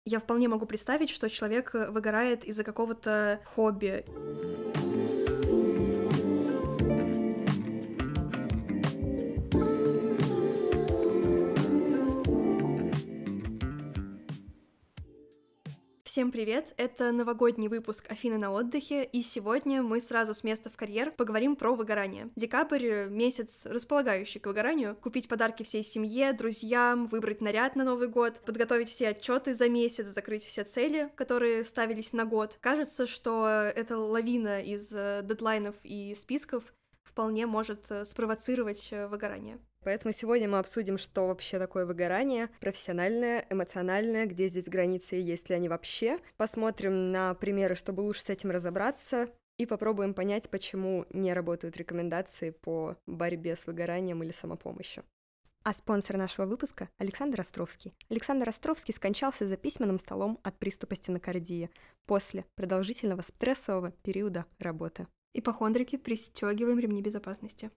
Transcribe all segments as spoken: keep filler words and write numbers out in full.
Я вполне могу представить, что человек выгорает из-за какого-то хобби. Всем привет! Это новогодний выпуск «Афины на отдыхе», и сегодня мы сразу с места в карьер поговорим про выгорание. Декабрь — месяц, располагающий к выгоранию. Купить подарки всей семье, друзьям, выбрать наряд на Новый год, подготовить все отчеты за месяц, закрыть все цели, которые ставились на год. Кажется, что эта лавина из дедлайнов и списков вполне может спровоцировать выгорание. Поэтому сегодня мы обсудим, что вообще такое выгорание, профессиональное, эмоциональное, где здесь границы и есть ли они вообще. Посмотрим на примеры, чтобы лучше с этим разобраться, и попробуем понять, почему не работают рекомендации по борьбе с выгоранием или самопомощью. А спонсор нашего выпуска — Александр Островский. Александр Островский скончался за письменным столом от приступа стенокардии после продолжительного стрессового периода работы. Ипохондрики, пристегиваем ремни безопасности.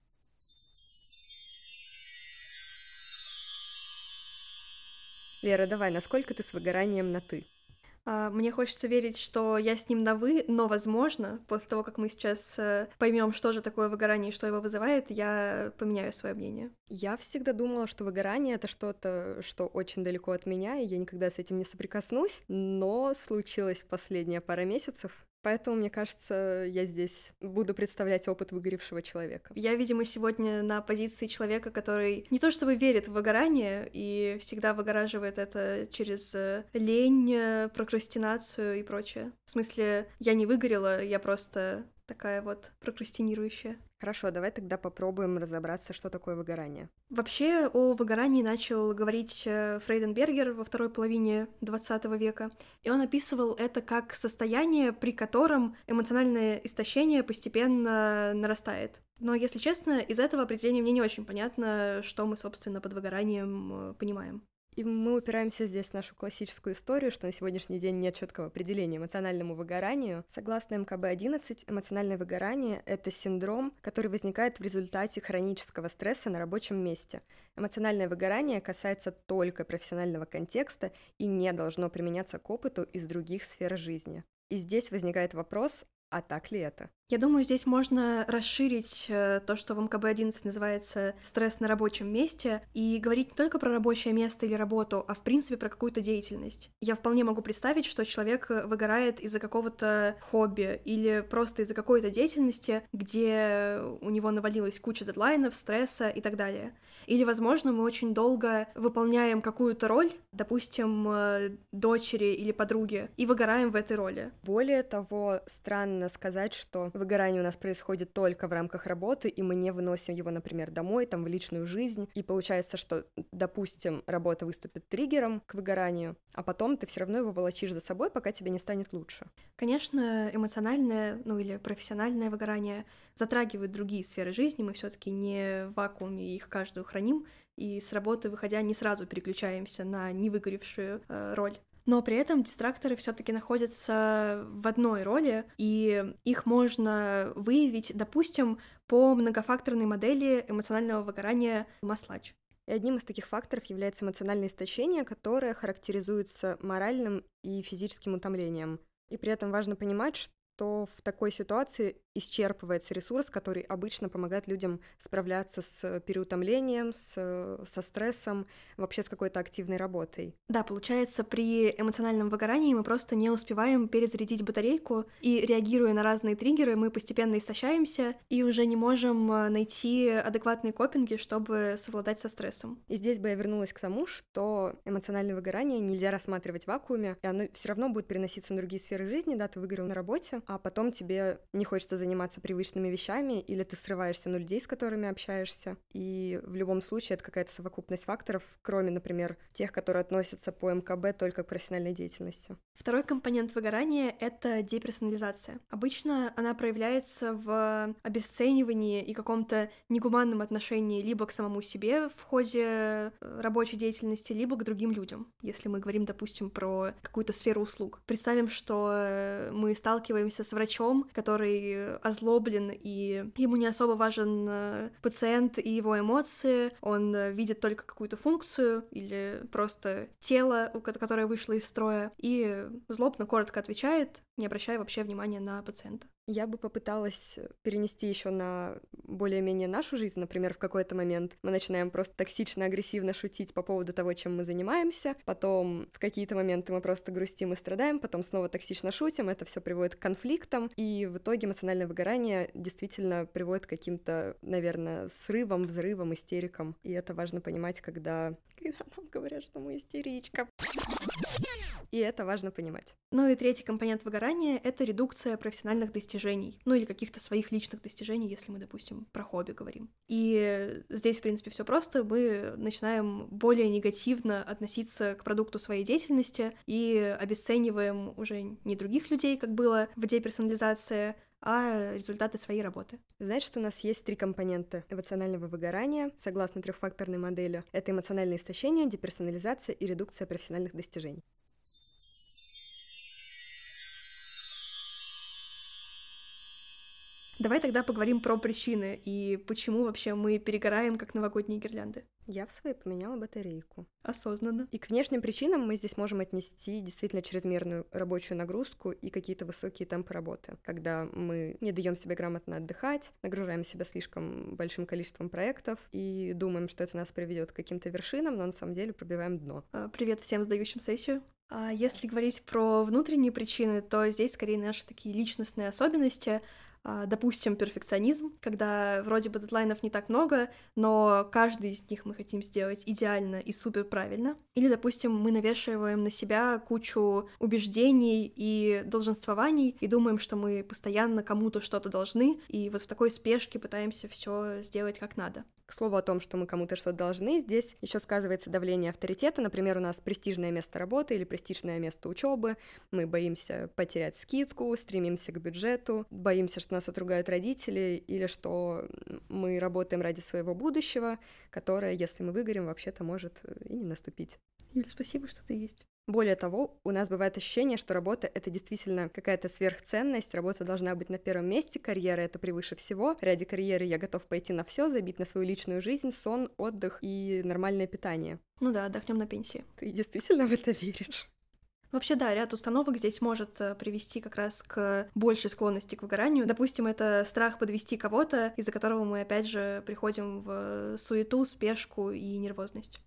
Лера, давай, насколько ты с выгоранием на «ты»? Мне хочется верить, что я с ним на «вы», но, возможно, после того, как мы сейчас поймем, что же такое выгорание и что его вызывает, я поменяю свое мнение. Я всегда думала, что выгорание — это что-то, что очень далеко от меня, и я никогда с этим не соприкоснусь, но случилось последние пара месяцев. Поэтому, мне кажется, я здесь буду представлять опыт выгоревшего человека. Я, видимо, сегодня на позиции человека, который не то чтобы верит в выгорание и всегда выгораживает это через лень, прокрастинацию и прочее. В смысле, я не выгорела, я просто такая вот прокрастинирующая. Хорошо, давай тогда попробуем разобраться, что такое выгорание. Вообще о выгорании начал говорить Фрейденбергер во второй половине двадцатого века, и он описывал это как состояние, при котором эмоциональное истощение постепенно нарастает. Но, если честно, из этого определения мне не очень понятно, что мы, собственно, под выгоранием понимаем. И мы упираемся здесь в нашу классическую историю, что на сегодняшний день нет четкого определения эмоциональному выгоранию. Согласно эм ка бэ одиннадцать, эмоциональное выгорание — это синдром, который возникает в результате хронического стресса на рабочем месте. Эмоциональное выгорание касается только профессионального контекста и не должно применяться к опыту из других сфер жизни. И здесь возникает вопрос, а так ли это? Я думаю, здесь можно расширить то, что в эм ка бэ одиннадцать называется «стресс на рабочем месте», и говорить не только про рабочее место или работу, а в принципе про какую-то деятельность. Я вполне могу представить, что человек выгорает из-за какого-то хобби или просто из-за какой-то деятельности, где у него навалилась куча дедлайнов, стресса и так далее. Или, возможно, мы очень долго выполняем какую-то роль, допустим, дочери или подруги, и выгораем в этой роли. Более того, странно сказать, что выгорание у нас происходит только в рамках работы, и мы не выносим его, например, домой, там, в личную жизнь, и получается, что, допустим, работа выступит триггером к выгоранию, а потом ты все равно его волочишь за собой, пока тебе не станет лучше. Конечно, эмоциональное, ну или профессиональное выгорание затрагивает другие сферы жизни, мы все-таки не в вакууме их каждую храним, и с работы, выходя, не сразу переключаемся на невыгоревшую э, роль. Но при этом дистракторы все-таки находятся в одной роли, и их можно выявить, допустим, по многофакторной модели эмоционального выгорания Маслач. И одним из таких факторов является эмоциональное истощение, которое характеризуется моральным и физическим утомлением. И при этом важно понимать, что в такой ситуации исчерпывается ресурс, который обычно помогает людям справляться с переутомлением, с, со стрессом, вообще с какой-то активной работой. Да, получается, при эмоциональном выгорании мы просто не успеваем перезарядить батарейку, и, реагируя на разные триггеры, мы постепенно истощаемся и уже не можем найти адекватные копинги, чтобы совладать со стрессом. И здесь бы я вернулась к тому, что эмоциональное выгорание нельзя рассматривать в вакууме, и оно все равно будет переноситься на другие сферы жизни, да, ты выгорел на работе, а потом тебе не хочется заниматься привычными вещами, или ты срываешься на людей, с которыми общаешься. И в любом случае это какая-то совокупность факторов, кроме, например, тех, которые относятся по эм ка бэ только к профессиональной деятельности. Второй компонент выгорания — это деперсонализация. Обычно она проявляется в обесценивании и каком-то негуманном отношении либо к самому себе в ходе рабочей деятельности, либо к другим людям, если мы говорим, допустим, про какую-то сферу услуг. Представим, что мы сталкиваемся встретишься с врачом, который озлоблен, и ему не особо важен пациент и его эмоции, он видит только какую-то функцию или просто тело, которое вышло из строя, и злобно, коротко отвечает, не обращая вообще внимания на пациента. Я бы попыталась перенести еще на более-менее нашу жизнь. Например, в какой-то момент мы начинаем просто токсично, агрессивно шутить по поводу того, чем мы занимаемся. Потом в какие-то моменты мы просто грустим и страдаем, потом снова токсично шутим. Это все приводит к конфликтам. И в итоге эмоциональное выгорание действительно приводит к каким-то, наверное, срывам, взрывам, истерикам. И это важно понимать, когда, когда нам говорят, что мы истеричка. И это важно понимать. Ну и третий компонент выгорания — это редукция профессиональных достижений, ну или каких-то своих личных достижений, если мы, допустим, про хобби говорим. И здесь, в принципе, все просто. Мы начинаем более негативно относиться к продукту своей деятельности и обесцениваем уже не других людей, как было в деперсонализации, а результаты своей работы. Знаешь, что у нас есть три компонента эмоционального выгорания, согласно трехфакторной модели. Это эмоциональное истощение, деперсонализация и редукция профессиональных достижений. Давай тогда поговорим про причины и почему вообще мы перегораем, как новогодние гирлянды. Я в своей поменяла батарейку. Осознанно. И к внешним причинам мы здесь можем отнести действительно чрезмерную рабочую нагрузку и какие-то высокие темпы работы, когда мы не даем себе грамотно отдыхать, нагружаем себя слишком большим количеством проектов и думаем, что это нас приведет к каким-то вершинам, но на самом деле пробиваем дно. Привет всем сдающим сессию. А если говорить про внутренние причины, то здесь скорее наши такие личностные особенности. Допустим, перфекционизм, когда вроде бы дедлайнов не так много, но каждый из них мы хотим сделать идеально и супер правильно. Или, допустим, мы навешиваем на себя кучу убеждений и долженствований и думаем, что мы постоянно кому-то что-то должны, и вот в такой спешке пытаемся все сделать как надо. К слову о том, что мы кому-то что-то должны, здесь еще сказывается давление авторитета. Например, у нас престижное место работы или престижное место учебы. Мы боимся потерять скидку, стремимся к бюджету, боимся, что нас отругают родители, или что мы работаем ради своего будущего, которое, если мы выгорим, вообще-то может и не наступить. Юля, спасибо, что ты есть. Более того, у нас бывает ощущение, что работа — это действительно какая-то сверхценность, работа должна быть на первом месте, карьера — это превыше всего. Ради карьеры я готов пойти на все, забить на свою личную жизнь, сон, отдых и нормальное питание. Ну да, отдохнем на пенсии. Ты действительно в это веришь? Вообще, да, ряд установок здесь может привести как раз к большей склонности к выгоранию. Допустим, это страх подвести кого-то, из-за которого мы, опять же, приходим в суету, спешку и нервозность.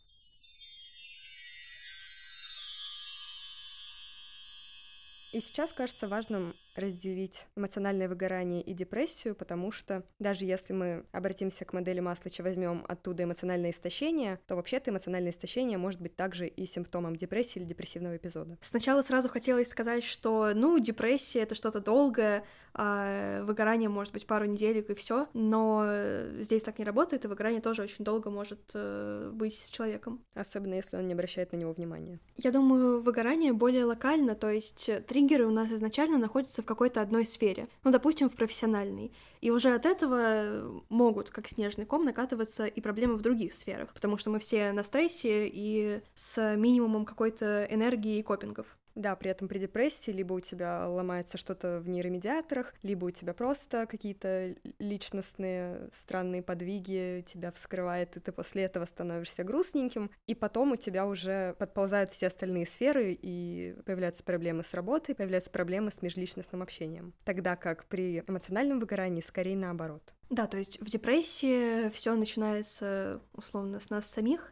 И сейчас кажется важным разделить эмоциональное выгорание и депрессию, потому что даже если мы обратимся к модели Маслача, возьмем оттуда эмоциональное истощение, то вообще-то эмоциональное истощение может быть также и симптомом депрессии или депрессивного эпизода. Сначала сразу хотелось сказать, что, ну, депрессия — это что-то долгое, а выгорание может быть пару неделек и все, но здесь так не работает, и выгорание тоже очень долго может э, быть с человеком. Особенно если он не обращает на него внимания. Я думаю, выгорание более локально, то есть триггеры у нас изначально находятся в какой-то одной сфере, ну, допустим, в профессиональной, и уже от этого могут, как снежный ком, накатываться и проблемы в других сферах, потому что мы все на стрессе и с минимумом какой-то энергии и копингов. Да, при этом при депрессии либо у тебя ломается что-то в нейромедиаторах, либо у тебя просто какие-то личностные странные подвиги тебя вскрывает, и ты после этого становишься грустненьким, и потом у тебя уже подползают все остальные сферы, и появляются проблемы с работой, появляются проблемы с межличностным общением. Тогда как при эмоциональном выгорании скорее наоборот. Да, то есть в депрессии все начинается условно с нас самих,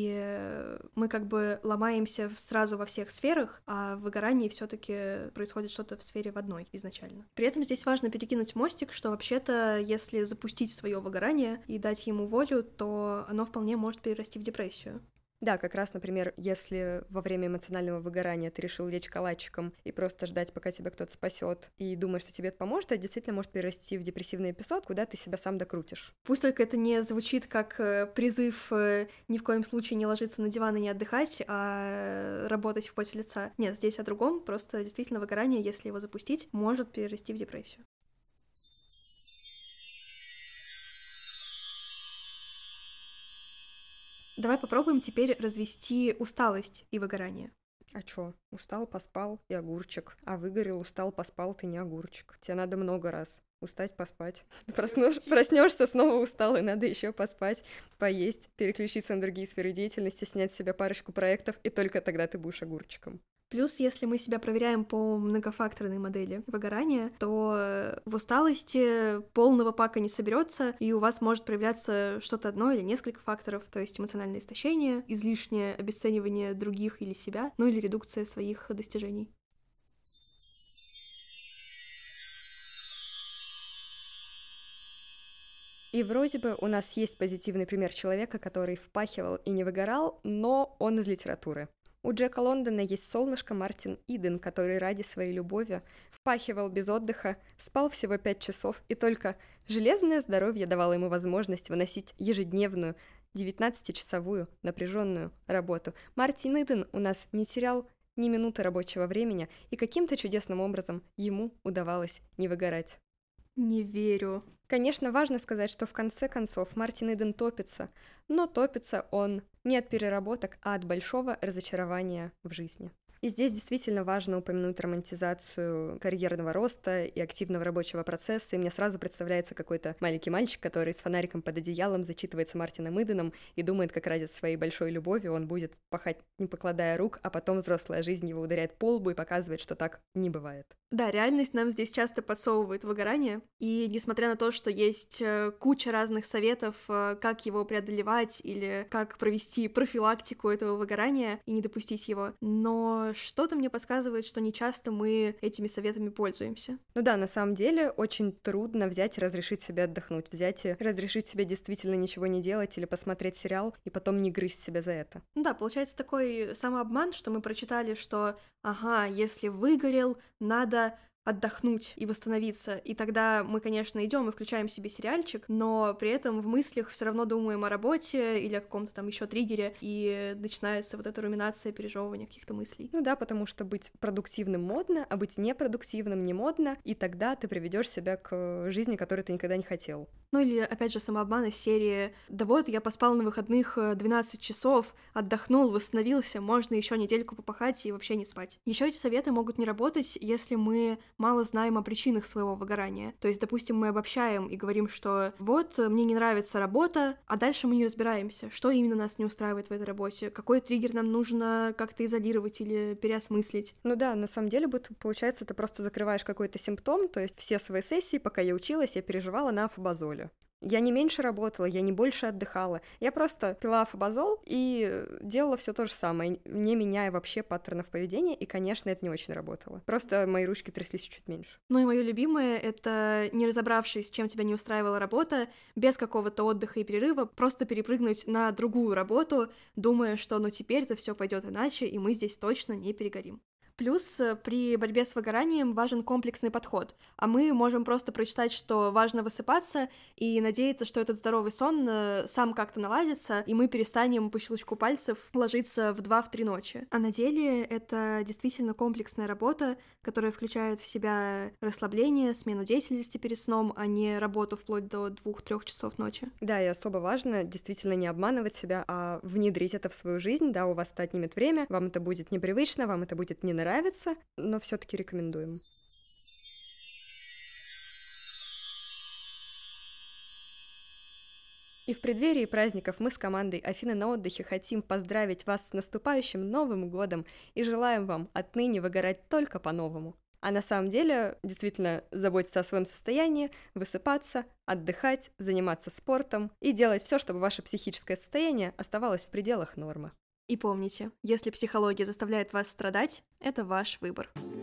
и мы как бы ломаемся сразу во всех сферах, а в выгорании все-таки происходит что-то в сфере в одной изначально. При этом здесь важно перекинуть мостик, что вообще-то, если запустить свое выгорание и дать ему волю, то оно вполне может перерасти в депрессию. Да, как раз, например, если во время эмоционального выгорания ты решил лечь калачиком и просто ждать, пока тебя кто-то спасет, и думаешь, что тебе это поможет, это действительно может перерасти в депрессивный эпизод, куда ты себя сам докрутишь. Пусть только это не звучит как призыв ни в коем случае не ложиться на диван и не отдыхать, а работать в поте лица. Нет, здесь о другом, просто действительно выгорание, если его запустить, может перерасти в депрессию. Давай попробуем теперь развести усталость и выгорание. А чё? Устал, поспал и огурчик. А выгорел, устал, поспал, ты не огурчик. Тебе надо много раз устать, поспать. Проснешься, снова устал, и надо еще поспать, поесть, переключиться на другие сферы деятельности, снять с себя парочку проектов, и только тогда ты будешь огурчиком. Плюс, если мы себя проверяем по многофакторной модели выгорания, то в усталости полного пака не соберется, и у вас может проявляться что-то одно или несколько факторов, то есть эмоциональное истощение, излишнее обесценивание других или себя, ну или редукция своих достижений. И вроде бы у нас есть позитивный пример человека, который впахивал и не выгорал, но он из литературы. У Джека Лондона есть солнышко Мартин Иден, который ради своей любови впахивал без отдыха, спал всего пять часов, и только железное здоровье давало ему возможность выносить ежедневную девятнадцатичасовую напряженную работу. Мартин Иден у нас не терял ни минуты рабочего времени, и каким-то чудесным образом ему удавалось не выгорать. Не верю. Конечно, важно сказать, что в конце концов Мартин Иден топится, но топится он не от переработок, а от большого разочарования в жизни. И здесь действительно важно упомянуть романтизацию карьерного роста и активного рабочего процесса, и мне сразу представляется какой-то маленький мальчик, который с фонариком под одеялом зачитывается Мартином Иденом и думает, как ради своей большой любови он будет пахать, не покладая рук, а потом взрослая жизнь его ударяет по лбу и показывает, что так не бывает. Да, реальность нам здесь часто подсовывает выгорание, и несмотря на то, что есть куча разных советов, как его преодолевать или как провести профилактику этого выгорания и не допустить его, но что-то мне подсказывает, что не часто мы этими советами пользуемся. Ну да, на самом деле очень трудно взять и разрешить себе отдохнуть, взять и разрешить себе действительно ничего не делать или посмотреть сериал и потом не грызть себя за это. Ну да, получается такой самообман, что мы прочитали, что ага, если выгорел, надо отдохнуть и восстановиться. И тогда мы, конечно, идем и включаем себе сериальчик, но при этом в мыслях все равно думаем о работе или о каком-то там еще триггере, и начинается вот эта руминация, пережевывание каких-то мыслей. Ну да, потому что быть продуктивным модно, а быть непродуктивным не модно, и тогда ты приведешь себя к жизни, которой ты никогда не хотел. Ну или, опять же, самообман из серии «Да вот, я поспал на выходных двенадцать часов, отдохнул, восстановился, можно еще недельку попахать и вообще не спать». Еще эти советы могут не работать, если мы мало знаем о причинах своего выгорания. То есть, допустим, мы обобщаем и говорим, что вот, мне не нравится работа, а дальше мы не разбираемся, что именно нас не устраивает в этой работе, какой триггер нам нужно как-то изолировать или переосмыслить. Ну да, на самом деле, получается, ты просто закрываешь какой-то симптом, то есть все свои сессии, пока я училась, я переживала на афобазоле. Я не меньше работала, я не больше отдыхала. Я просто пила афобазол и делала все то же самое, не меняя вообще паттернов поведения, и, конечно, это не очень работало. Просто мои ручки тряслись чуть меньше. Ну и мое любимое — это, не разобравшись, чем тебя не устраивала работа, без какого-то отдыха и перерыва, просто перепрыгнуть на другую работу, думая, что ну теперь-то все пойдет иначе, и мы здесь точно не перегорим. Плюс при борьбе с выгоранием важен комплексный подход, а мы можем просто прочитать, что важно высыпаться и надеяться, что этот здоровый сон сам как-то наладится, и мы перестанем по щелчку пальцев ложиться в два-три ночи. А на деле это действительно комплексная работа, которая включает в себя расслабление, смену деятельности перед сном, а не работу вплоть до двух-трех часов ночи. Да, и особо важно действительно не обманывать себя, а внедрить это в свою жизнь. Да, у вас это отнимет время, вам это будет непривычно, вам это будет не нравится, но все-таки рекомендуем. И в преддверии праздников мы с командой Афины на отдыхе хотим поздравить вас с наступающим Новым годом и желаем вам отныне выгорать только по-новому. А на самом деле, действительно, заботиться о своем состоянии, высыпаться, отдыхать, заниматься спортом и делать все, чтобы ваше психическое состояние оставалось в пределах нормы. И помните, если психология заставляет вас страдать, это ваш выбор.